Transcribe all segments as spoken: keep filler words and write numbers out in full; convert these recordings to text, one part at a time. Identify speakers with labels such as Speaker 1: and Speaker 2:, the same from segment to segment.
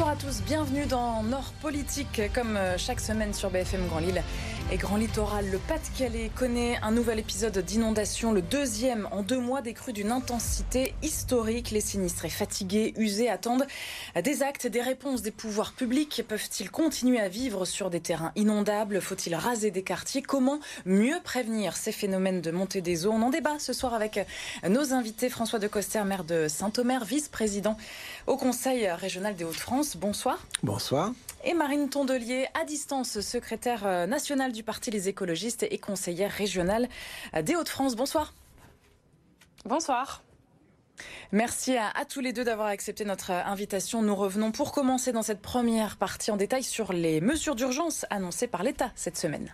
Speaker 1: Bonsoir à tous, bienvenue dans Nord Politique, comme chaque semaine sur B F M Grand Lille et Grand Littoral. Le Pas-de-Calais connaît un nouvel épisode d'inondation, le deuxième en deux mois, des crues d'une intensité historique. Les sinistrés fatigués, usés, attendent des actes, des réponses des pouvoirs publics. Peuvent-ils continuer à vivre sur des terrains inondables? Faut-il raser des quartiers? Comment mieux prévenir ces phénomènes de montée des eaux? On en débat ce soir avec nos invités. François Decoster, maire de Saint-Omer, vice-président au Conseil régional des Hauts-de-France. Bonsoir.
Speaker 2: Bonsoir.
Speaker 1: Et Marine Tondelier, à distance, secrétaire nationale du parti Les Écologistes et conseillère régionale des Hauts-de-France. Bonsoir.
Speaker 3: Bonsoir.
Speaker 1: Merci à, à tous les deux d'avoir accepté notre invitation. Nous revenons pour commencer dans cette première partie en détail sur les mesures d'urgence annoncées par l'État cette semaine.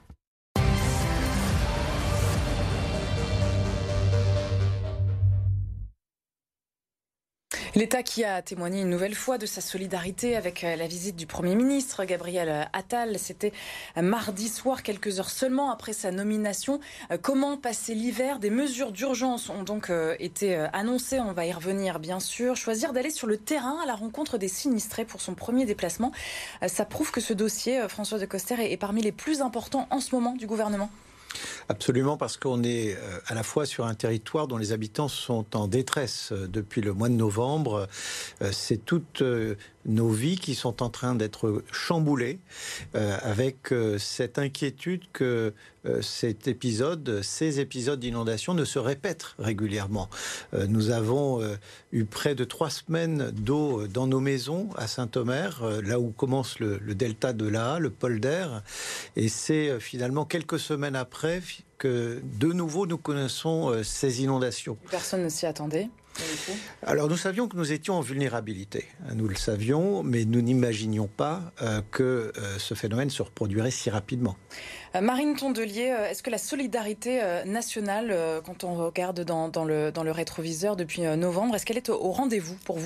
Speaker 1: L'État qui a témoigné une nouvelle fois de sa solidarité avec la visite du Premier ministre Gabriel Attal. C'était mardi soir, quelques heures seulement après sa nomination. Comment passer l'hiver? Des mesures d'urgence ont donc été annoncées. On va y revenir bien sûr. Choisir d'aller sur le terrain à la rencontre des sinistrés pour son premier déplacement. Ça prouve que ce dossier, François Decoster, est parmi les plus importants en ce moment du gouvernement.
Speaker 2: Absolument, parce qu'on est à la fois sur un territoire dont les habitants sont en détresse depuis le mois de novembre. C'est toutes nos vies qui sont en train d'être chamboulées avec cette inquiétude que cet épisode, ces épisodes d'inondation ne se répètent régulièrement. Nous avons eu près de trois semaines d'eau dans nos maisons à Saint-Omer, là où commence le, le delta de l'A A, le polder, et c'est finalement quelques semaines après que de nouveau nous connaissons ces inondations.
Speaker 1: Personne ne s'y attendait.
Speaker 2: Alors nous savions que nous étions en vulnérabilité, nous le savions, mais nous n'imaginions pas euh, que euh, ce phénomène se reproduirait si rapidement.
Speaker 1: Euh, Marine Tondelier, est-ce que la solidarité euh, nationale, euh, quand on regarde dans, dans, le, dans le rétroviseur depuis euh, novembre, est-ce qu'elle est au, au rendez-vous pour vous ?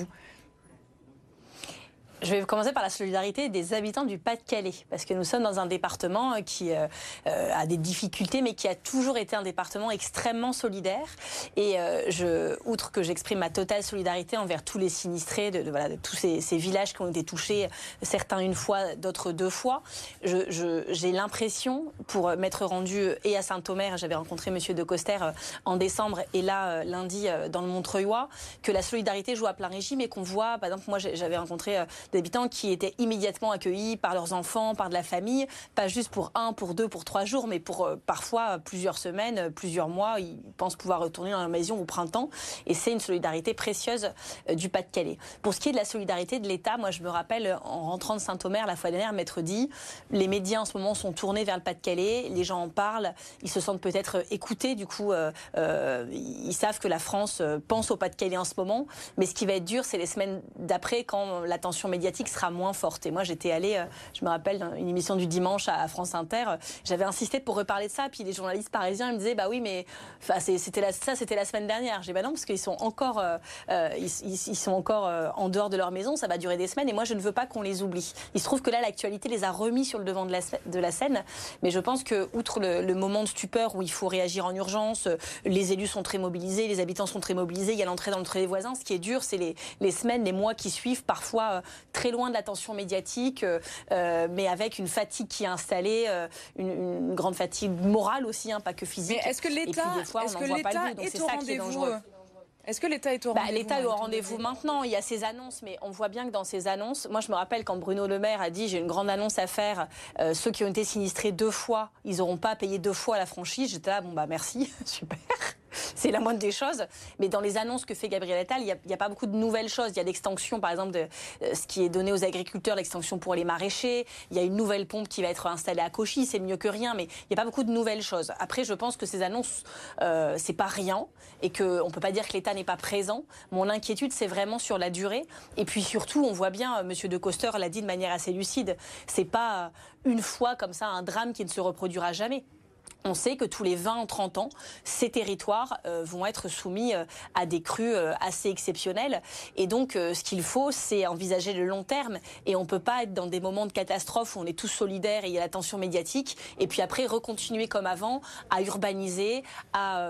Speaker 3: Je vais commencer par la solidarité des habitants du Pas-de-Calais, parce que nous sommes dans un département qui euh, a des difficultés, mais qui a toujours été un département extrêmement solidaire. Et euh, je, outre que j'exprime ma totale solidarité envers tous les sinistrés, de, de, voilà, de tous ces, ces villages qui ont été touchés, certains une fois, d'autres deux fois, je, je, j'ai l'impression, pour m'être rendue et à Saint-Omer, j'avais rencontré Monsieur Decoster en décembre, et là, lundi, dans le Montreuilois, que la solidarité joue à plein régime et qu'on voit, par exemple, moi j'avais rencontré des habitants qui étaient immédiatement accueillis par leurs enfants, par de la famille, pas juste pour un, pour deux, pour trois jours, mais pour euh, parfois plusieurs semaines, plusieurs mois. Ils pensent pouvoir retourner dans leur maison au printemps, et c'est une solidarité précieuse euh, du Pas-de-Calais. Pour ce qui est de la solidarité de l'État, moi je me rappelle en rentrant de Saint-Omer la fois dernière, m'être dit, les médias en ce moment sont tournés vers le Pas-de-Calais, les gens en parlent, ils se sentent peut-être écoutés, du coup euh, euh, ils savent que la France pense au Pas-de-Calais en ce moment, mais ce qui va être dur, c'est les semaines d'après, quand l'attention médiatique sera moins forte. Et moi, j'étais allée, je me rappelle, dans une émission du dimanche à France Inter, j'avais insisté pour reparler de ça, puis les journalistes parisiens ils me disaient, bah oui, mais enfin, c'était la, ça, c'était la semaine dernière. J'ai dit, bah non, parce qu'ils sont encore, euh, ils, ils, ils sont encore euh, en dehors de leur maison, ça va durer des semaines, et moi, je ne veux pas qu'on les oublie. Il se trouve que là, l'actualité les a remis sur le devant de la, de la scène, mais je pense que, outre le, le moment de stupeur où il faut réagir en urgence, les élus sont très mobilisés, les habitants sont très mobilisés, il y a l'entrée dans le trait des voisins. Ce qui est dur, c'est les, les semaines, les mois qui suivent, parfois euh, très loin de l'attention médiatique, euh, mais avec une fatigue qui est installée, euh, une, une grande fatigue morale aussi, hein, pas que physique.
Speaker 1: Mais est-ce que l'État, est-ce que l'État est, est au rendez-vous? Est-ce que l'État est au rendez-vous?
Speaker 3: Bah, L'État est au rendez-vous maintenant. Il y a ces annonces, mais on voit bien que dans ces annonces, moi je me rappelle quand Bruno Le Maire a dit j'ai une grande annonce à faire, euh, ceux qui ont été sinistrés deux fois, ils n'auront pas à payer deux fois la franchise. J'étais là, bon bah merci, super. C'est la moindre des choses. Mais dans les annonces que fait Gabriel Attal, il n'y a, a pas beaucoup de nouvelles choses. Il y a l'extension, par exemple, de euh, ce qui est donné aux agriculteurs, l'extension pour les maraîchers. Il y a une nouvelle pompe qui va être installée à Cauchy. C'est mieux que rien, mais il n'y a pas beaucoup de nouvelles choses. Après, je pense que ces annonces, euh, c'est pas rien et qu'on ne peut pas dire que l'État n'est pas présent. Mon inquiétude, c'est vraiment sur la durée. Et puis surtout, on voit bien, euh, M. Decoster l'a dit de manière assez lucide, c'est pas euh, une fois comme ça un drame qui ne se reproduira jamais. On sait que tous les vingt à trente ans, ces territoires euh, vont être soumis euh, à des crues euh, assez exceptionnelles. Et donc, euh, ce qu'il faut, c'est envisager le long terme. Et on ne peut pas être dans des moments de catastrophe où on est tous solidaires et il y a la tension médiatique. Et puis après, recontinuer comme avant à urbaniser, à... Euh,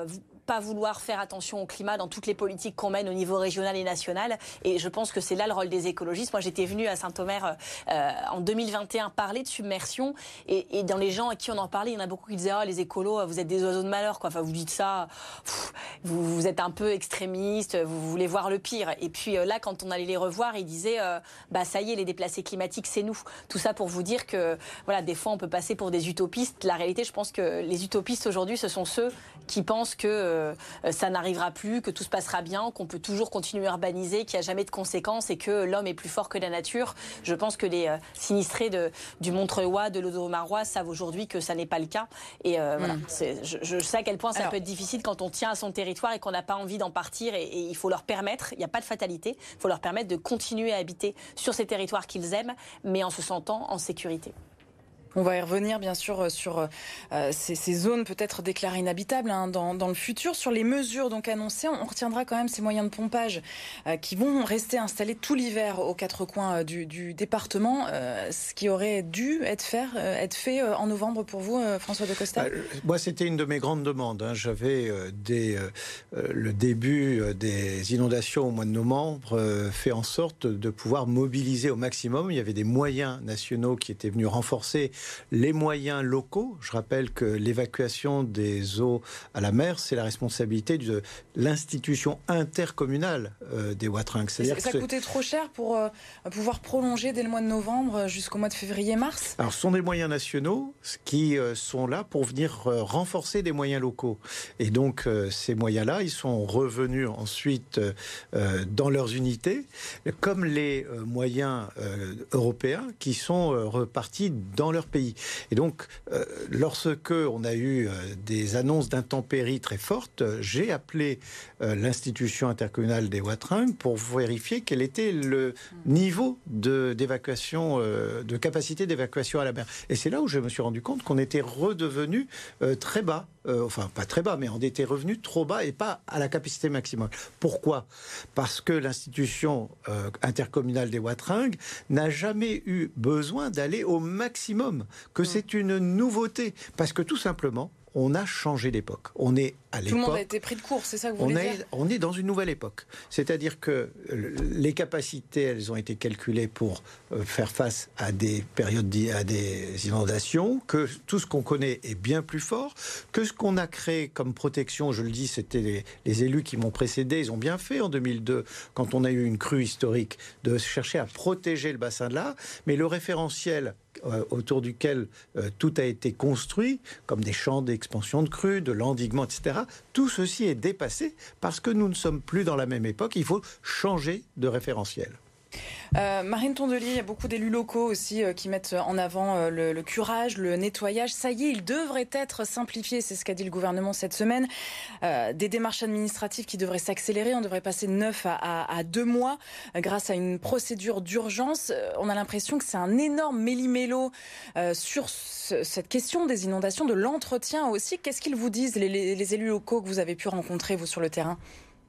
Speaker 3: pas vouloir faire attention au climat dans toutes les politiques qu'on mène au niveau régional et national. Et je pense que c'est là le rôle des écologistes. Moi, j'étais venue à Saint-Omer euh, en deux mille vingt et un parler de submersion. Et, et dans les gens à qui on en parlait, il y en a beaucoup qui disaient « Ah, oh, les écolos, vous êtes des oiseaux de malheur, quoi. Enfin, vous dites ça, pff, vous, vous êtes un peu extrémistes, vous voulez voir le pire. » Et puis euh, là, quand on allait les revoir, ils disaient euh, « Bah, ça y est, les déplacés climatiques, c'est nous. » Tout ça pour vous dire que, voilà, des fois, on peut passer pour des utopistes. La réalité, je pense que les utopistes aujourd'hui, ce sont ceux qui pensent que euh, ça n'arrivera plus, que tout se passera bien, qu'on peut toujours continuer à urbaniser, qu'il n'y a jamais de conséquences et que l'homme est plus fort que la nature. Je pense que les euh, sinistrés de, du Montreuil, de l'Audomarois savent aujourd'hui que ça n'est pas le cas. Et euh, mmh. voilà, je, je sais à quel point ça Alors, peut être difficile quand on tient à son territoire et qu'on n'a pas envie d'en partir. Et, et il faut leur permettre, il n'y a pas de fatalité, il faut leur permettre de continuer à habiter sur ces territoires qu'ils aiment, mais en se sentant en sécurité.
Speaker 1: On va y revenir bien sûr sur euh, ces, ces zones peut-être déclarées inhabitables hein, dans, dans le futur. Sur les mesures donc annoncées, on retiendra quand même ces moyens de pompage euh, qui vont rester installés tout l'hiver aux quatre coins euh, du, du département. Euh, ce qui aurait dû être, faire, euh, être fait euh, en novembre pour vous, euh, François de Coster.
Speaker 2: euh, Moi, c'était une de mes grandes demandes. Hein. J'avais euh, dès euh, le début euh, des inondations au mois de novembre euh, fait en sorte de pouvoir mobiliser au maximum. Il y avait des moyens nationaux qui étaient venus renforcer les moyens locaux. Je rappelle que l'évacuation des eaux à la mer, c'est la responsabilité de l'institution intercommunale euh, des Watringues.
Speaker 1: C'est-à-dire ça que coûtait trop cher pour euh, pouvoir prolonger dès le mois de novembre jusqu'au mois de février-mars.
Speaker 2: Alors, ce sont des moyens nationaux qui euh, sont là pour venir euh, renforcer des moyens locaux. Et donc, euh, ces moyens-là, ils sont revenus ensuite euh, dans leurs unités, comme les euh, moyens euh, européens qui sont euh, repartis dans leur pays. Et donc, euh, lorsque on a eu euh, des annonces d'intempéries très fortes, euh, j'ai appelé euh, l'institution intercommunale des Watringues pour vérifier quel était le niveau de, d'évacuation, euh, de capacité d'évacuation à la mer. Et c'est là où je me suis rendu compte qu'on était redevenu euh, très bas. Euh, enfin, pas très bas, mais on était revenu trop bas et pas à la capacité maximale. Pourquoi ? Parce que l'institution euh, intercommunale des Watringues n'a jamais eu besoin d'aller au maximum, que mmh. c'est une nouveauté. Parce que tout simplement, on a changé d'époque. On est à l'époque...
Speaker 1: Tout le monde a été pris de court, c'est ça que vous voulez
Speaker 2: on
Speaker 1: dire
Speaker 2: est, On est dans une nouvelle époque. C'est-à-dire que les capacités, elles ont été calculées pour faire face à des périodes, à des inondations, que tout ce qu'on connaît est bien plus fort, que ce qu'on a créé comme protection, je le dis, c'était les, les élus qui m'ont précédé, ils ont bien fait en deux mille deux, quand on a eu une crue historique, de chercher à protéger le bassin de l'Arve, mais le référentiel Euh, autour duquel euh, tout a été construit, comme des champs d'expansion de crues, de l'endiguement, et cetera. Tout ceci est dépassé parce que nous ne sommes plus dans la même époque. Il faut changer de référentiel.
Speaker 1: Euh, Marine Tondelier, il y a beaucoup d'élus locaux aussi euh, qui mettent en avant euh, le, le curage, le nettoyage. Ça y est, il devrait être simplifié, c'est ce qu'a dit le gouvernement cette semaine. Euh, des démarches administratives qui devraient s'accélérer. On devrait passer de neuf à, à, à deux mois euh, grâce à une procédure d'urgence. Euh, on a l'impression que c'est un énorme méli-mélo euh, sur ce, cette question des inondations, de l'entretien aussi. Qu'est-ce qu'ils vous disent, les, les, les élus locaux que vous avez pu rencontrer, vous, sur le terrain ?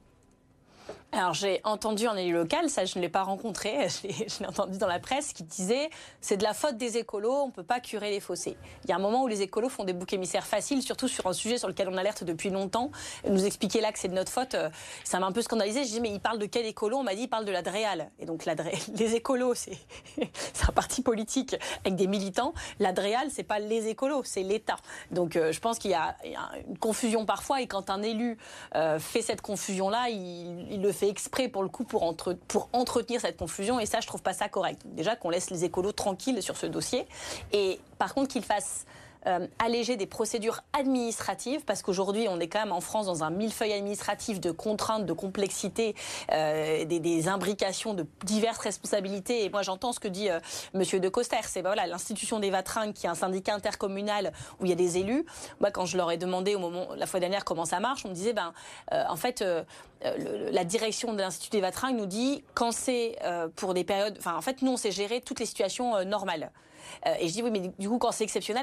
Speaker 3: Alors j'ai entendu un élu local, ça je ne l'ai pas rencontré, je l'ai, je l'ai entendu dans la presse, qui disait c'est de la faute des écolos, on ne peut pas curer les fossés. Il y a un moment où les écolos font des boucs émissaires faciles, surtout sur un sujet sur lequel on alerte depuis longtemps. Nous expliquer là que c'est de notre faute, ça m'a un peu scandalisé. Je dis mais il parle de quel écolo ? On m'a dit il parle de la DREAL. Et donc la DREAL, les écolos, c'est, c'est un parti politique avec des militants. La DREAL, c'est pas les écolos, c'est l'État. Donc euh, je pense qu'il y a, il y a une confusion parfois, et quand un élu euh, fait cette confusion-là, il, il le fait exprès pour le coup pour, entre, pour entretenir cette confusion, et ça je trouve pas ça correct. Déjà qu'on laisse les écolos tranquilles sur ce dossier, et par contre qu'ils fassent Euh, alléger des procédures administratives, parce qu'aujourd'hui on est quand même en France dans un millefeuille administratif de contraintes, de complexité, euh, des, des imbrications de diverses responsabilités. Et moi j'entends ce que dit euh, Monsieur de Coster, c'est ben, voilà, l'institution des Watringues, qui est un syndicat intercommunal où il y a des élus. Moi quand je leur ai demandé au moment, la fois dernière, comment ça marche, on me disait ben euh, en fait euh, le, la direction de l'Institut des Watringues nous dit quand c'est euh, pour des périodes, enfin en fait nous on sait gérer toutes les situations euh, normales. Euh, et je dis oui, mais du coup quand c'est exceptionnel, bah ça c'est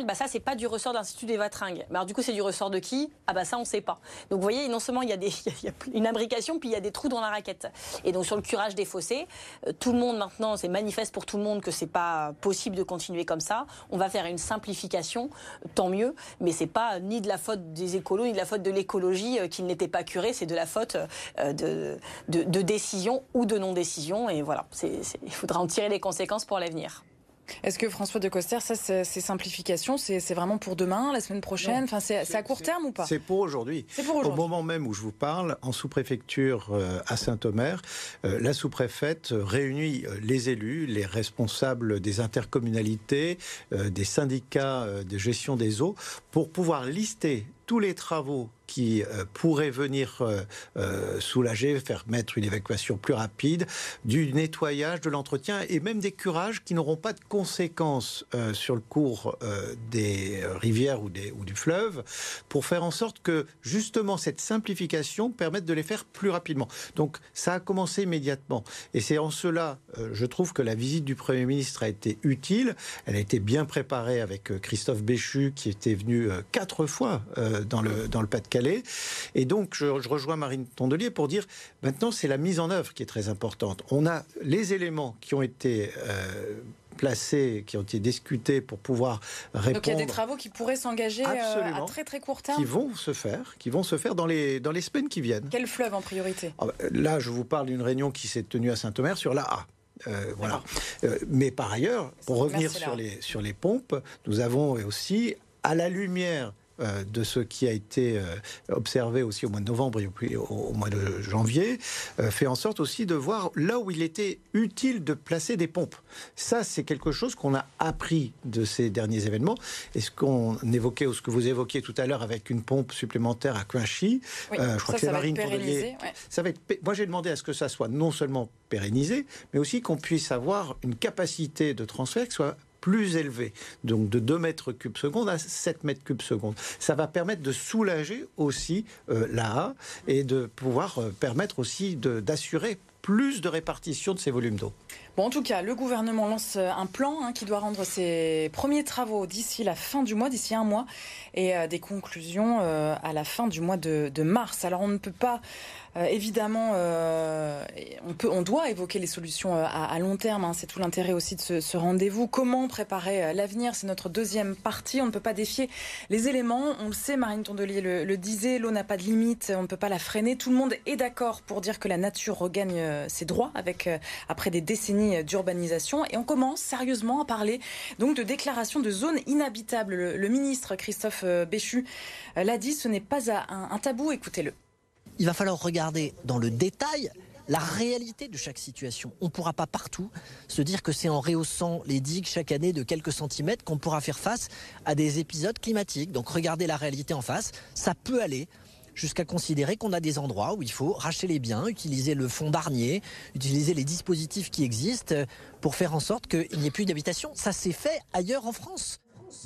Speaker 3: pas du ressort de l'Institut des Vatringues. Mais alors du coup, c'est du ressort de qui? Ah bah ça, on ne sait pas. Donc vous voyez, non seulement il y a, des, il y a une imbrication, puis il y a des trous dans la raquette. Et donc sur le curage des fossés, euh, tout le monde maintenant, c'est manifeste pour tout le monde que c'est pas possible de continuer comme ça. On va faire une simplification, tant mieux, mais c'est pas ni de la faute des écolos, ni de la faute de l'écologie euh, qu'ils n'étaient pas curés, c'est de la faute euh, de, de, de décision ou de non-décision. Et voilà, c'est, c'est, il faudra en tirer les conséquences pour l'avenir.
Speaker 1: Est-ce que François Decoster, ça, c'est, ces simplifications, c'est, c'est vraiment pour demain, la semaine prochaine? Enfin, c'est, c'est à court terme ou pas?
Speaker 2: C'est pour aujourd'hui.
Speaker 1: C'est pour aujourd'hui.
Speaker 2: Au moment même où je vous parle, en sous-préfecture euh, à Saint-Omer, euh, la sous-préfète réunit euh, les élus, les responsables des intercommunalités, euh, des syndicats euh, de gestion des eaux, pour pouvoir lister tous les travaux qui euh, pourraient venir euh, euh, soulager, faire mettre une évacuation plus rapide, du nettoyage, de l'entretien et même des curages qui n'auront pas de conséquences euh, sur le cours euh, des rivières ou, des, ou du fleuve, pour faire en sorte que justement cette simplification permette de les faire plus rapidement. Donc ça a commencé immédiatement. Et c'est en cela, euh, je trouve que la visite du Premier ministre a été utile. Elle a été bien préparée avec euh, Christophe Béchu qui était venu euh, quatre fois euh, dans le, dans le Pas-de-Calais. Et donc, je, je rejoins Marine Tondelier pour dire, maintenant, c'est la mise en œuvre qui est très importante. On a les éléments qui ont été euh, placés, qui ont été discutés pour pouvoir répondre.
Speaker 1: Donc, il y a des travaux qui pourraient s'engager euh, à très très court terme.
Speaker 2: Qui vont se faire, qui vont se faire dans les, dans les semaines qui viennent.
Speaker 1: Quel fleuve en priorité?
Speaker 2: Ah, là, je vous parle d'une réunion qui s'est tenue à Saint-Omer sur la A. Euh, voilà. Euh, mais par ailleurs, pour revenir sur les, sur les pompes, nous avons aussi, à la lumière Euh, de ce qui a été euh, observé aussi au mois de novembre et au, au, au mois de janvier, euh, fait en sorte aussi de voir là où il était utile de placer des pompes. Ça, c'est quelque chose qu'on a appris de ces derniers événements. Et ce qu'on évoquait, ou ce que vous évoquiez tout à l'heure avec une pompe supplémentaire à Cuinchy,
Speaker 1: oui,
Speaker 2: euh, je crois
Speaker 1: ça,
Speaker 2: que c'est
Speaker 1: ça
Speaker 2: Marine Tondelier.
Speaker 1: Ouais.
Speaker 2: Ça va être. Moi, j'ai demandé à ce que ça soit non seulement pérennisé, mais aussi qu'on puisse avoir une capacité de transfert qui soit plus élevé, donc de deux mètres cubes secondes à sept mètres cubes secondes. Ça va permettre de soulager aussi euh, l'A A et de pouvoir euh, permettre aussi de, d'assurer plus de répartition de ces volumes d'eau.
Speaker 1: Bon, en tout cas, le gouvernement lance un plan hein, qui doit rendre ses premiers travaux d'ici la fin du mois, d'ici un mois, et euh, des conclusions euh, à la fin du mois de, de mars. Alors, on ne peut pas, euh, évidemment, euh, on, peut, on doit évoquer les solutions à, à long terme. Hein, c'est tout l'intérêt aussi de ce, ce rendez-vous. Comment préparer l'avenir? C'est notre deuxième partie. On ne peut pas défier les éléments. On le sait, Marine Tondelier le, le disait, l'eau n'a pas de limite. On ne peut pas la freiner. Tout le monde est d'accord pour dire que la nature regagne ses droits avec, euh, après des décennies d'urbanisation. Et on commence sérieusement à parler donc de déclaration de zone inhabitable. Le, le ministre Christophe Béchu l'a dit, ce n'est pas un, un tabou. Écoutez-le.
Speaker 4: Il va falloir regarder dans le détail la réalité de chaque situation. On ne pourra pas partout se dire que c'est en rehaussant les digues chaque année de quelques centimètres qu'on pourra faire face à des épisodes climatiques. Donc regardez la réalité en face, ça peut aller jusqu'à considérer qu'on a des endroits où il faut racheter les biens, utiliser le fonds d'Arnier, utiliser les dispositifs qui existent pour faire en sorte qu'il n'y ait plus d'habitation. Ça s'est fait ailleurs en France.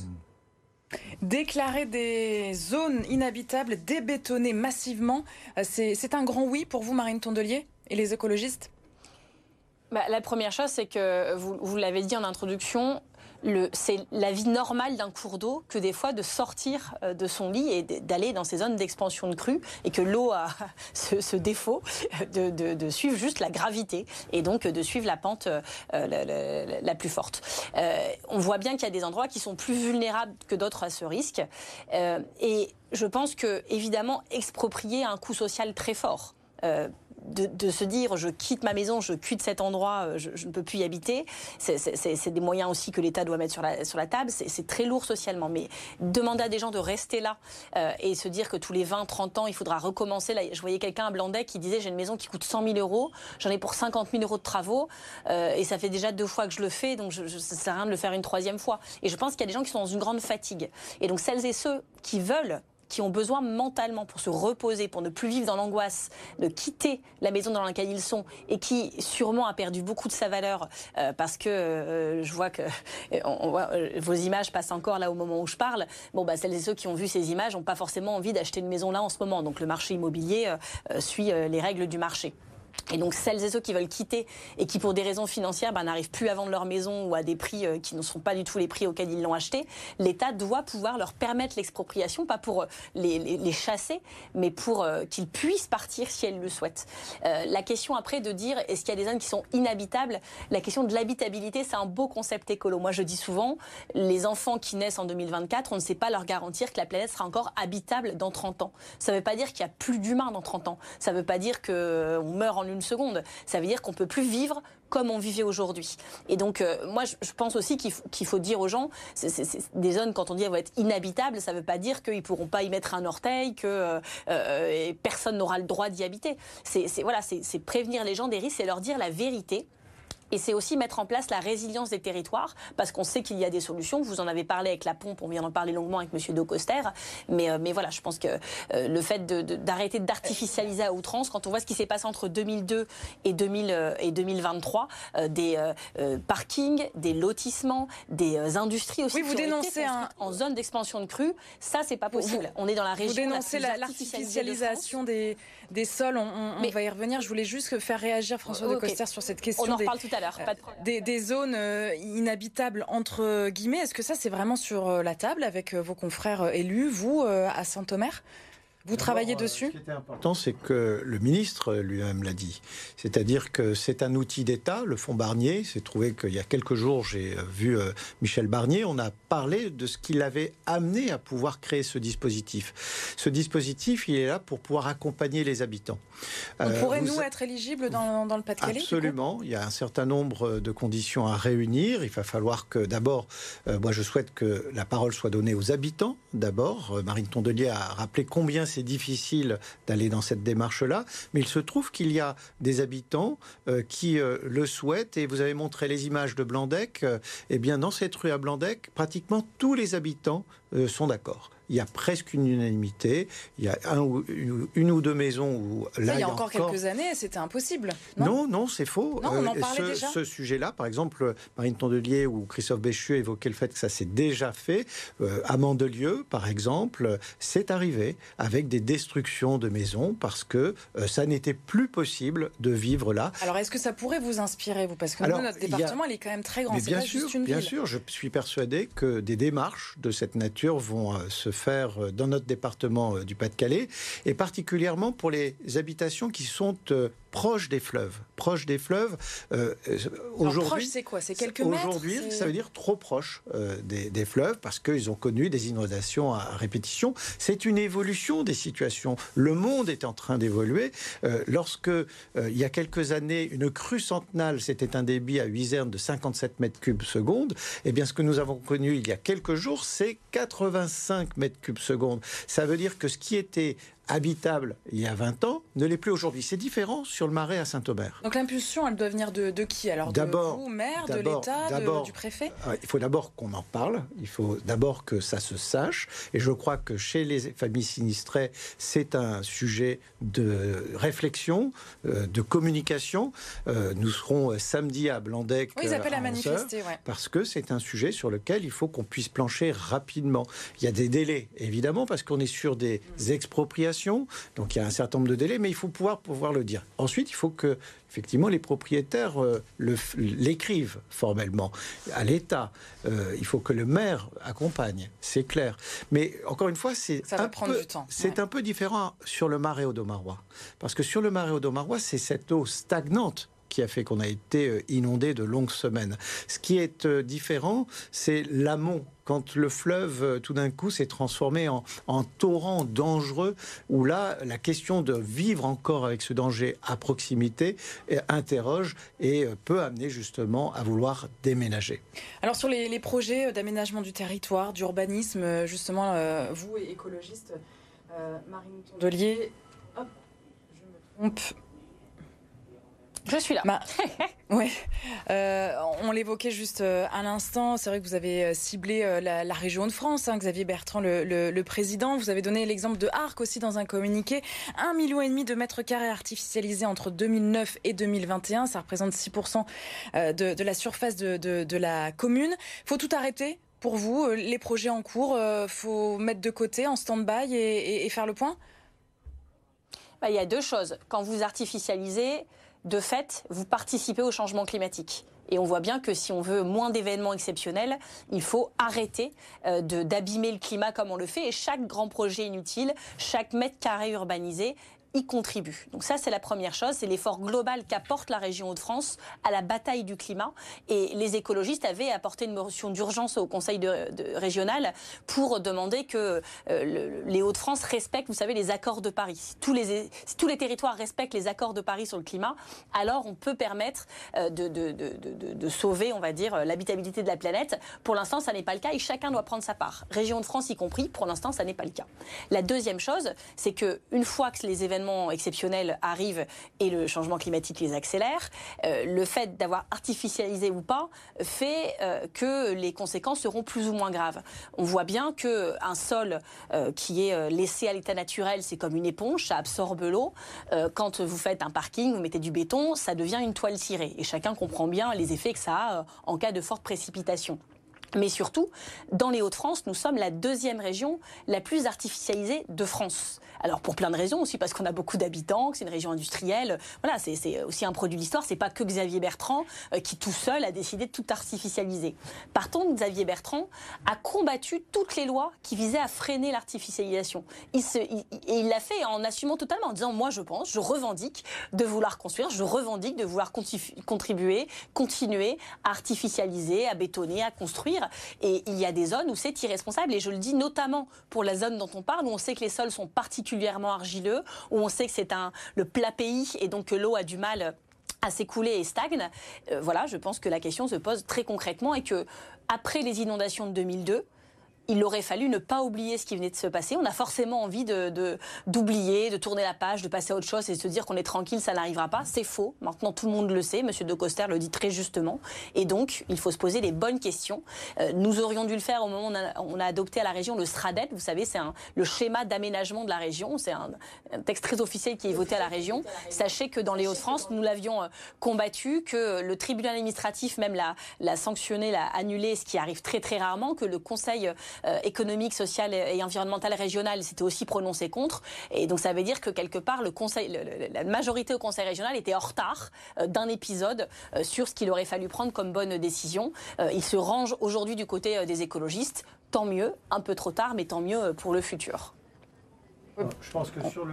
Speaker 1: Déclarer des zones inhabitables, débétonner massivement, c'est, c'est un grand oui pour vous, Marine Tondelier, et les écologistes?
Speaker 3: Bah, la première chose, c'est que, vous, vous l'avez dit en introduction, Le, c'est la vie normale d'un cours d'eau que des fois de sortir de son lit et d'aller dans ces zones d'expansion de crue, et que l'eau a ce, ce défaut de, de, de suivre juste la gravité et donc de suivre la pente euh, la, la, la plus forte. Euh, on voit bien qu'il y a des endroits qui sont plus vulnérables que d'autres à ce risque, euh, et je pense que évidemment exproprier a un coût social très fort. Euh, De, de se dire je quitte ma maison, je quitte cet endroit, je, je ne peux plus y habiter, c'est, c'est, c'est des moyens aussi que l'État doit mettre sur la, sur la table, c'est, c'est très lourd socialement, mais demander à des gens de rester là euh, et se dire que tous les vingt trente ans il faudra recommencer. Là, je voyais quelqu'un à Blandec qui disait j'ai une maison qui coûte cent mille euros, j'en ai pour cinquante mille euros de travaux euh, et ça fait déjà deux fois que je le fais, donc je, je, ça ne sert à rien de le faire une troisième fois. Et je pense qu'il y a des gens qui sont dans une grande fatigue, et donc celles et ceux qui veulent, qui ont besoin mentalement pour se reposer, pour ne plus vivre dans l'angoisse, de quitter la maison dans laquelle ils sont, et qui sûrement a perdu beaucoup de sa valeur euh, parce que euh, je vois que on, on voit, euh, vos images passent encore là au moment où je parle. Bon, bah, celles et ceux qui ont vu ces images n'ont pas forcément envie d'acheter une maison là en ce moment. Donc le marché immobilier euh, suit euh, les règles du marché. Et donc celles et ceux qui veulent quitter et qui pour des raisons financières bah, n'arrivent plus à vendre leur maison ou à des prix euh, qui ne sont pas du tout les prix auxquels ils l'ont acheté, l'État doit pouvoir leur permettre l'expropriation, pas pour euh, les, les, les chasser, mais pour euh, qu'ils puissent partir si elles le souhaitent. Euh, la question après de dire est-ce qu'il y a des zones qui sont inhabitables, la question de l'habitabilité c'est un beau concept écolo. Moi je dis souvent, les enfants qui naissent en deux mille vingt-quatre, on ne sait pas leur garantir que la planète sera encore habitable dans trente ans. Ça ne veut pas dire qu'il n'y a plus d'humains dans trente ans, ça ne veut pas dire qu'on meurt en une seconde. Ça veut dire qu'on ne peut plus vivre comme on vivait aujourd'hui. Et donc, euh, moi, je, je pense aussi qu'il faut, qu'il faut dire aux gens, c'est, c'est, c'est des zones, quand on dit elles vont être inhabitables, ça ne veut pas dire qu'ils ne pourront pas y mettre un orteil, que euh, euh, personne n'aura le droit d'y habiter. C'est, c'est, voilà, c'est, c'est prévenir les gens des risques, c'est leur dire la vérité. Et c'est aussi mettre en place la résilience des territoires, parce qu'on sait qu'il y a des solutions. Vous en avez parlé avec la pompe, on vient d'en parler longuement avec M. Decoster. Mais, euh, mais voilà, je pense que euh, le fait de, de, d'arrêter d'artificialiser à outrance, quand on voit ce qui s'est passé entre deux mille deux et, deux mille, euh, et deux mille vingt-trois, euh, des euh, euh, parkings, des lotissements, des euh, industries aussi
Speaker 1: oui, vous
Speaker 3: qui
Speaker 1: dénoncez
Speaker 3: ont été
Speaker 1: un...
Speaker 3: en zone d'expansion de crue, ça, c'est pas possible.
Speaker 1: Vous,
Speaker 3: on est dans la région.
Speaker 1: Vous dénoncez la, l'artificialisation de des, des sols, on, on, on va y revenir. Je voulais juste faire réagir François oh, Decoster okay. sur cette question.
Speaker 3: On en
Speaker 1: des,
Speaker 3: reparle tout à l'heure, pas de problème.
Speaker 1: Des, des zones euh, inhabitables entre guillemets, est-ce que ça c'est vraiment sur euh, la table avec euh, vos confrères euh, élus, vous euh, à Saint-Omer ? Vous D'abord, travaillez dessus ?
Speaker 2: Ce qui était important, c'est que le ministre lui-même l'a dit. C'est-à-dire que c'est un outil d'État, le fonds Barnier. C'est trouvé qu'il y a quelques jours, j'ai vu euh, Michel Barnier, on a parlé de ce qui l'avait amené à pouvoir créer ce dispositif. Ce dispositif, il est là pour pouvoir accompagner les habitants.
Speaker 1: On euh, pourrait, nous, être éligibles dans, dans le Pas-de-Calais ?
Speaker 2: Absolument. Il y a un certain nombre de conditions à réunir. Il va falloir que, d'abord, euh, moi je souhaite que la parole soit donnée aux habitants, d'abord. Euh, Marine Tondelier a rappelé combien c'est difficile d'aller dans cette démarche-là, mais il se trouve qu'il y a des habitants euh, qui euh, le souhaitent, et vous avez montré les images de Blandec. Euh, eh bien, dans cette rue à Blandec, pratiquement tous les habitants euh, sont d'accord. Il y a presque une unanimité. Il y a un ou, une, une ou deux maisons où là,
Speaker 1: ça, il y a,
Speaker 2: il y a
Speaker 1: encore, encore quelques années, c'était impossible. Non,
Speaker 2: non, non c'est faux.
Speaker 1: Non, on en parlait
Speaker 2: ce,
Speaker 1: déjà.
Speaker 2: Ce sujet-là, par exemple, Marine Tondelier ou Christophe Béchu évoquaient le fait que ça s'est déjà fait. Euh, à Mandelieu, par exemple, c'est arrivé avec des destructions de maisons parce que euh, ça n'était plus possible de vivre là.
Speaker 1: Alors, est-ce que ça pourrait vous inspirer, vous ? Parce que
Speaker 2: Alors,
Speaker 1: nous, notre département,
Speaker 2: a...
Speaker 1: il est quand même très grand.
Speaker 2: Mais
Speaker 1: c'est
Speaker 2: bien
Speaker 1: pas
Speaker 2: sûr,
Speaker 1: juste une
Speaker 2: bien
Speaker 1: ville.
Speaker 2: sûr, je suis persuadé que des démarches de cette nature vont euh, se faire dans notre département euh, du Pas-de-Calais, et particulièrement pour les habitations qui sont euh, proches des fleuves. Proches des fleuves. Euh, aujourd'hui,
Speaker 1: proche, c'est quoi ? C'est quelques mètres ?
Speaker 2: Aujourd'hui,
Speaker 1: c'est...
Speaker 2: ça veut dire trop proche euh, des, des fleuves, parce qu'ils ont connu des inondations à répétition. C'est une évolution des situations. Le monde est en train d'évoluer. Euh, lorsque, euh, il y a quelques années, une crue centenale, c'était un débit à Huizerne de cinquante-sept mètres cubes seconde, eh bien, ce que nous avons connu il y a quelques jours, c'est quatre-vingt-cinq mètres cubes seconde. Ça veut dire que ce qui était habitable il y a vingt ans ne l'est plus aujourd'hui. C'est différent sur le Marais à Saint-Omer.
Speaker 1: Donc l'impulsion, elle doit venir de, de qui ? Alors
Speaker 2: d'abord,
Speaker 1: de vous, maire, de l'État, de, du préfet ?
Speaker 2: Il faut d'abord qu'on en parle. Il faut d'abord que ça se sache. Et je crois que chez les familles sinistrées, c'est un sujet de réflexion, de communication. Nous serons samedi à Blandec.
Speaker 1: Oui, ils appellent
Speaker 2: à
Speaker 1: à manifester, ouais.
Speaker 2: Parce que c'est un sujet sur lequel il faut qu'on puisse plancher rapidement. Il y a des délais, évidemment, parce qu'on est sur des mmh. expropriations. Donc il y a un certain nombre de délais, mais il faut pouvoir, pouvoir le dire. Ensuite, il faut que, effectivement, les propriétaires euh, le, l'écrivent formellement à l'État. Euh, il faut que le maire accompagne, c'est clair. Mais encore une fois, c'est,
Speaker 1: Ça
Speaker 2: un,
Speaker 1: va prendre
Speaker 2: peu,
Speaker 1: du temps.
Speaker 2: c'est
Speaker 1: ouais.
Speaker 2: un peu différent sur le Marais Audomarois. Parce que sur le Marais Audomarois, c'est cette eau stagnante qui a fait qu'on a été inondé de longues semaines. Ce qui est différent, c'est l'amont. Quand le fleuve, tout d'un coup, s'est transformé en, en torrent dangereux, où là, la question de vivre encore avec ce danger à proximité interroge et peut amener justement à vouloir déménager.
Speaker 1: Alors sur les, les projets d'aménagement du territoire, d'urbanisme, justement, euh, vous, écologiste, euh, Marine Tondelier, hop, je me trompe...
Speaker 3: Je suis là.
Speaker 1: Bah, ouais. Euh, on l'évoquait juste à l'instant. C'est vrai que vous avez ciblé la, la région de France, hein, Xavier Bertrand, le, le, le président. Vous avez donné l'exemple de Arques aussi dans un communiqué. Un million et demi de mètres carrés artificialisés entre deux mille neuf et deux mille vingt et un. Ça représente six pour cent de, de la surface de, de, de la commune. Faut tout arrêter pour vous. Les projets en cours, euh, faut mettre de côté en stand-by et, et, et faire le point.
Speaker 3: Bah, il y a deux choses. Quand vous artificialisez, de fait, vous participez au changement climatique. Et on voit bien que si on veut moins d'événements exceptionnels, il faut arrêter euh, de, d'abîmer le climat comme on le fait. Et chaque grand projet inutile, chaque mètre carré urbanisé y contribue. Donc ça, c'est la première chose, c'est l'effort global qu'apporte la région Hauts-de-France à la bataille du climat. Et les écologistes avaient apporté une motion d'urgence au Conseil de, de, régional pour demander que euh, le, les Hauts-de-France respectent, vous savez, les accords de Paris. Si tous les, si tous les territoires respectent les accords de Paris sur le climat, alors on peut permettre euh, de, de, de, de, de sauver, on va dire, l'habitabilité de la planète. Pour l'instant, ça n'est pas le cas et chacun doit prendre sa part. Région de France y compris, pour l'instant, ça n'est pas le cas. La deuxième chose, c'est qu'une fois que les événements exceptionnels arrivent et le changement climatique les accélère, euh, le fait d'avoir artificialisé ou pas fait euh, que les conséquences seront plus ou moins graves. On voit bien qu'un sol euh, qui est laissé à l'état naturel, c'est comme une éponge, ça absorbe l'eau. Euh, quand vous faites un parking, vous mettez du béton, ça devient une toile cirée. Et chacun comprend bien les effets que ça a euh, en cas de forte précipitation. Mais surtout, dans les Hauts-de-France, nous sommes la deuxième région la plus artificialisée de France. Alors pour plein de raisons, aussi parce qu'on a beaucoup d'habitants, que c'est une région industrielle. Voilà, c'est, c'est aussi un produit de l'histoire. C'est pas que Xavier Bertrand euh, qui tout seul a décidé de tout artificialiser. Par contre, Xavier Bertrand a combattu toutes les lois qui visaient à freiner l'artificialisation. Il se, il, et il l'a fait en assumant totalement, en disant moi je pense, je revendique de vouloir construire, je revendique de vouloir contribuer, continuer à artificialiser, à bétonner, à construire. Et il y a des zones où c'est irresponsable, et je le dis notamment pour la zone dont on parle, où on sait que les sols sont particulièrement argileux, où on sait que c'est un, le plat pays et donc que l'eau a du mal à s'écouler et stagne. Euh, voilà, je pense que la question se pose très concrètement et que après les inondations de deux mille deux, il aurait fallu ne pas oublier ce qui venait de se passer. On a forcément envie de, de, d'oublier, de tourner la page, de passer à autre chose et de se dire qu'on est tranquille, ça n'arrivera pas. C'est faux. Maintenant, tout le monde le sait. Monsieur De Coster le dit très justement. Et donc, il faut se poser les bonnes questions. Euh, nous aurions dû le faire au moment où on a, on a adopté à la région le SRADET. Vous savez, c'est un, le schéma d'aménagement de la région. C'est un, un texte très officiel qui est voté à la région. Sachez que dans les Hauts-de-France, nous l'avions euh, combattu, que le tribunal administratif même l'a, l'a sanctionné, l'a annulé, ce qui arrive très très rarement, que le Conseil Euh, économique, social et environnemental régional s'était aussi prononcé contre. Et donc ça veut dire que quelque part, le conseil, le, le, la majorité au Conseil régional était en retard euh, d'un épisode euh, sur ce qu'il aurait fallu prendre comme bonne décision. Euh, il se range aujourd'hui du côté euh, des écologistes. Tant mieux, un peu trop tard, mais tant mieux pour le futur.
Speaker 2: Je pense que sur le...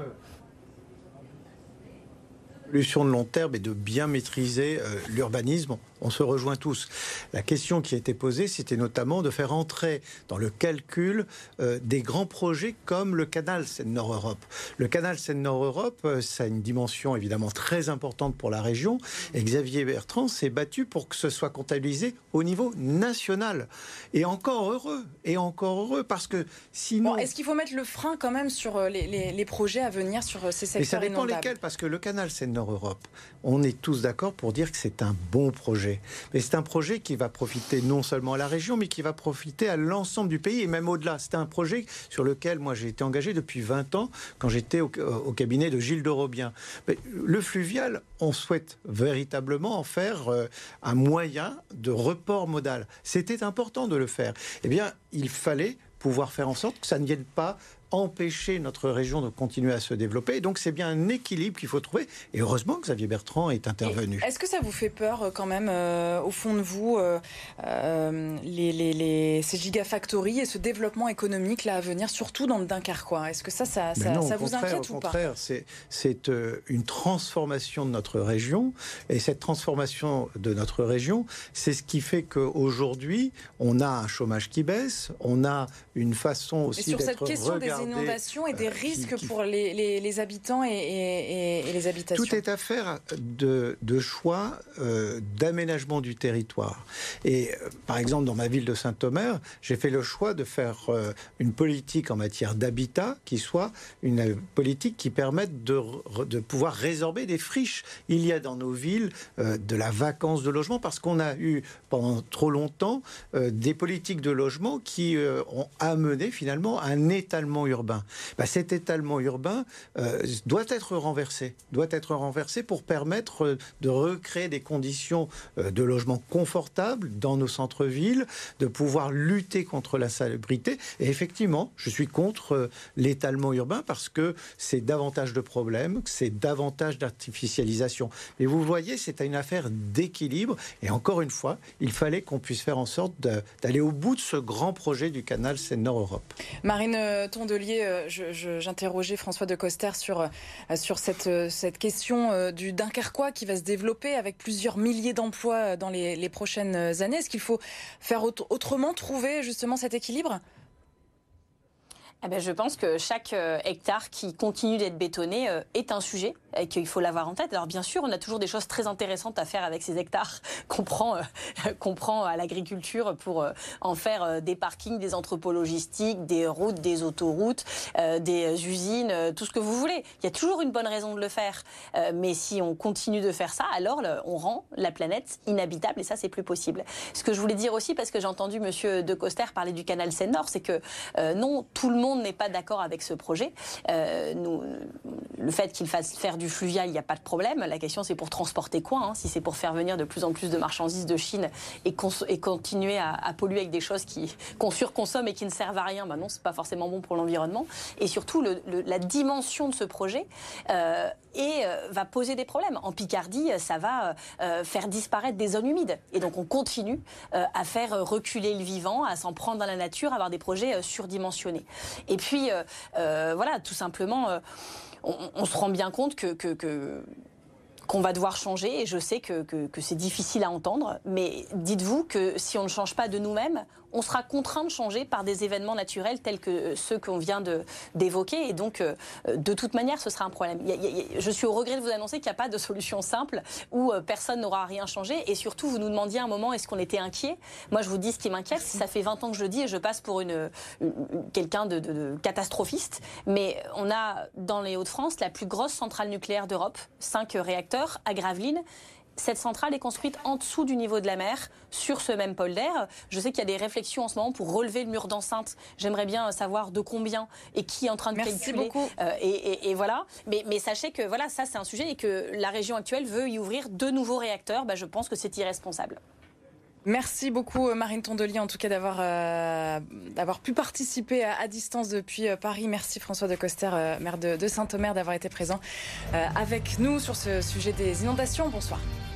Speaker 2: solution de long terme et de bien maîtriser euh, l'urbanisme, on se rejoint tous. La question qui a été posée, c'était notamment de faire entrer dans le calcul euh, des grands projets comme le canal Seine-Nord-Europe. Le canal Seine-Nord-Europe, euh, ça a une dimension évidemment très importante pour la région, et Xavier Bertrand s'est battu pour que ce soit comptabilisé au niveau national. Et encore heureux, et encore heureux, parce que sinon...
Speaker 1: Bon, est-ce qu'il faut mettre le frein quand même sur les, les, les projets à venir sur ces secteurs inondables ?
Speaker 2: Mais ça dépend lesquels, parce que le canal Seine-Nord-Europe, on est tous d'accord pour dire que c'est un bon projet. Mais c'est un projet qui va profiter non seulement à la région, mais qui va profiter à l'ensemble du pays et même au-delà. C'est un projet sur lequel moi j'ai été engagé depuis vingt ans quand j'étais au, au cabinet de Gilles de Robien. Mais le fluvial, on souhaite véritablement en faire euh, un moyen de report modal. C'était important de le faire. Eh bien, il fallait pouvoir faire en sorte que ça ne vienne pas empêcher notre région de continuer à se développer. Et donc c'est bien un équilibre qu'il faut trouver. Et heureusement que Xavier Bertrand est intervenu.
Speaker 1: Et est-ce que ça vous fait peur quand même, euh, au fond de vous, euh, euh, les, les, les, ces gigafactories et ce développement économique là à venir, surtout dans le Dunkerquois ? Est-ce que ça, ça, ça,
Speaker 2: non,
Speaker 1: ça vous inquiète ou pas ?
Speaker 2: Au contraire, c'est, c'est euh, une transformation de notre région. Et cette transformation de notre région, c'est ce qui fait qu'aujourd'hui, on a un chômage qui baisse, on a une façon aussi
Speaker 1: d'être
Speaker 2: regardé.
Speaker 1: Et sur cette question des inondations et des euh, risques qui, qui... pour les, les, les habitants et, et, et les habitations.
Speaker 2: Tout est affaire de, de choix euh, d'aménagement du territoire. Et euh, par exemple, dans ma ville de Saint-Omer, j'ai fait le choix de faire euh, une politique en matière d'habitat qui soit une politique qui permette de, de pouvoir résorber des friches. Il y a dans nos villes euh, de la vacance de logement parce qu'on a eu pendant trop longtemps euh, des politiques de logement qui euh, ont amené finalement un étalement étalement urbain. Ben, cet étalement urbain euh, doit être renversé, doit être renversé pour permettre de recréer des conditions de logement confortables dans nos centres-villes, de pouvoir lutter contre l'insalubrité. Et effectivement, je suis contre l'étalement urbain parce que c'est davantage de problèmes, c'est davantage d'artificialisation. Mais vous voyez, c'est une affaire d'équilibre. Et encore une fois, il fallait qu'on puisse faire en sorte de, d'aller au bout de ce grand projet du canal Seine-Nord-Europe.
Speaker 1: Marine Tondelier, je, je, j'interrogeais François Decoster sur, sur cette, cette question du Dunkerquois qui va se développer avec plusieurs milliers d'emplois dans les, les prochaines années. Est-ce qu'il faut faire autrement, trouver justement cet équilibre ?
Speaker 3: Eh bien, je pense que chaque euh, hectare qui continue d'être bétonné euh, est un sujet et qu'il faut l'avoir en tête. Alors bien sûr, on a toujours des choses très intéressantes à faire avec ces hectares qu'on prend, euh, qu'on prend à l'agriculture pour euh, en faire euh, des parkings, des entrepôts logistiques, des routes, des autoroutes, euh, des usines, euh, tout ce que vous voulez. Il y a toujours une bonne raison de le faire. Euh, mais si on continue de faire ça, alors le, on rend la planète inhabitable et ça, c'est plus possible. Ce que je voulais dire aussi, parce que j'ai entendu Monsieur Decoster parler du canal Seine-Nord, c'est que euh, non, tout le monde n'est pas d'accord avec ce projet. Euh, nous, le fait qu'il fasse faire du fluvial, il n'y a pas de problème. La question, c'est pour transporter quoi hein, si c'est pour faire venir de plus en plus de marchandises de Chine et, cons- et continuer à, à polluer avec des choses qui, qu'on surconsomme et qui ne servent à rien, ben non, c'est pas forcément bon pour l'environnement. Et surtout, le, le, la dimension de ce projet euh, et, euh, va poser des problèmes. En Picardie, ça va euh, faire disparaître des zones humides. Et donc, on continue euh, à faire reculer le vivant, à s'en prendre dans la nature, à avoir des projets euh, surdimensionnés. Et puis, euh, euh, voilà, tout simplement, euh, on, on se rend bien compte que... que, que qu'on va devoir changer, et je sais que, que, que c'est difficile à entendre, mais dites-vous que si on ne change pas de nous-mêmes, on sera contraint de changer par des événements naturels tels que ceux qu'on vient de, d'évoquer, et donc euh, de toute manière ce sera un problème. Il y a, il y a, je suis au regret de vous annoncer qu'il n'y a pas de solution simple où euh, personne n'aura rien changé, et surtout vous nous demandiez à un moment est-ce qu'on était inquiet. Moi je vous dis ce qui m'inquiète, ça fait vingt ans que je le dis et je passe pour une, une, quelqu'un de, de, de catastrophiste, mais on a dans les Hauts-de-France la plus grosse centrale nucléaire d'Europe, cinq réacteurs à Gravelines. Cette centrale est construite en dessous du niveau de la mer, sur ce même polder. Je sais qu'il y a des réflexions en ce moment pour relever le mur d'enceinte. J'aimerais bien savoir de combien et qui est en train de
Speaker 1: Merci
Speaker 3: calculer.
Speaker 1: beaucoup.
Speaker 3: Euh, et, et, et voilà. Mais, mais sachez que voilà, ça c'est un sujet et que la région actuelle veut y ouvrir deux nouveaux réacteurs. Ben, je pense que c'est irresponsable.
Speaker 1: Merci beaucoup Marine Tondelier en tout cas d'avoir, euh, d'avoir pu participer à, à distance depuis euh, Paris. Merci François Decoster, euh, maire de, de Saint-Omer, d'avoir été présent euh, avec nous sur ce sujet des inondations. Bonsoir.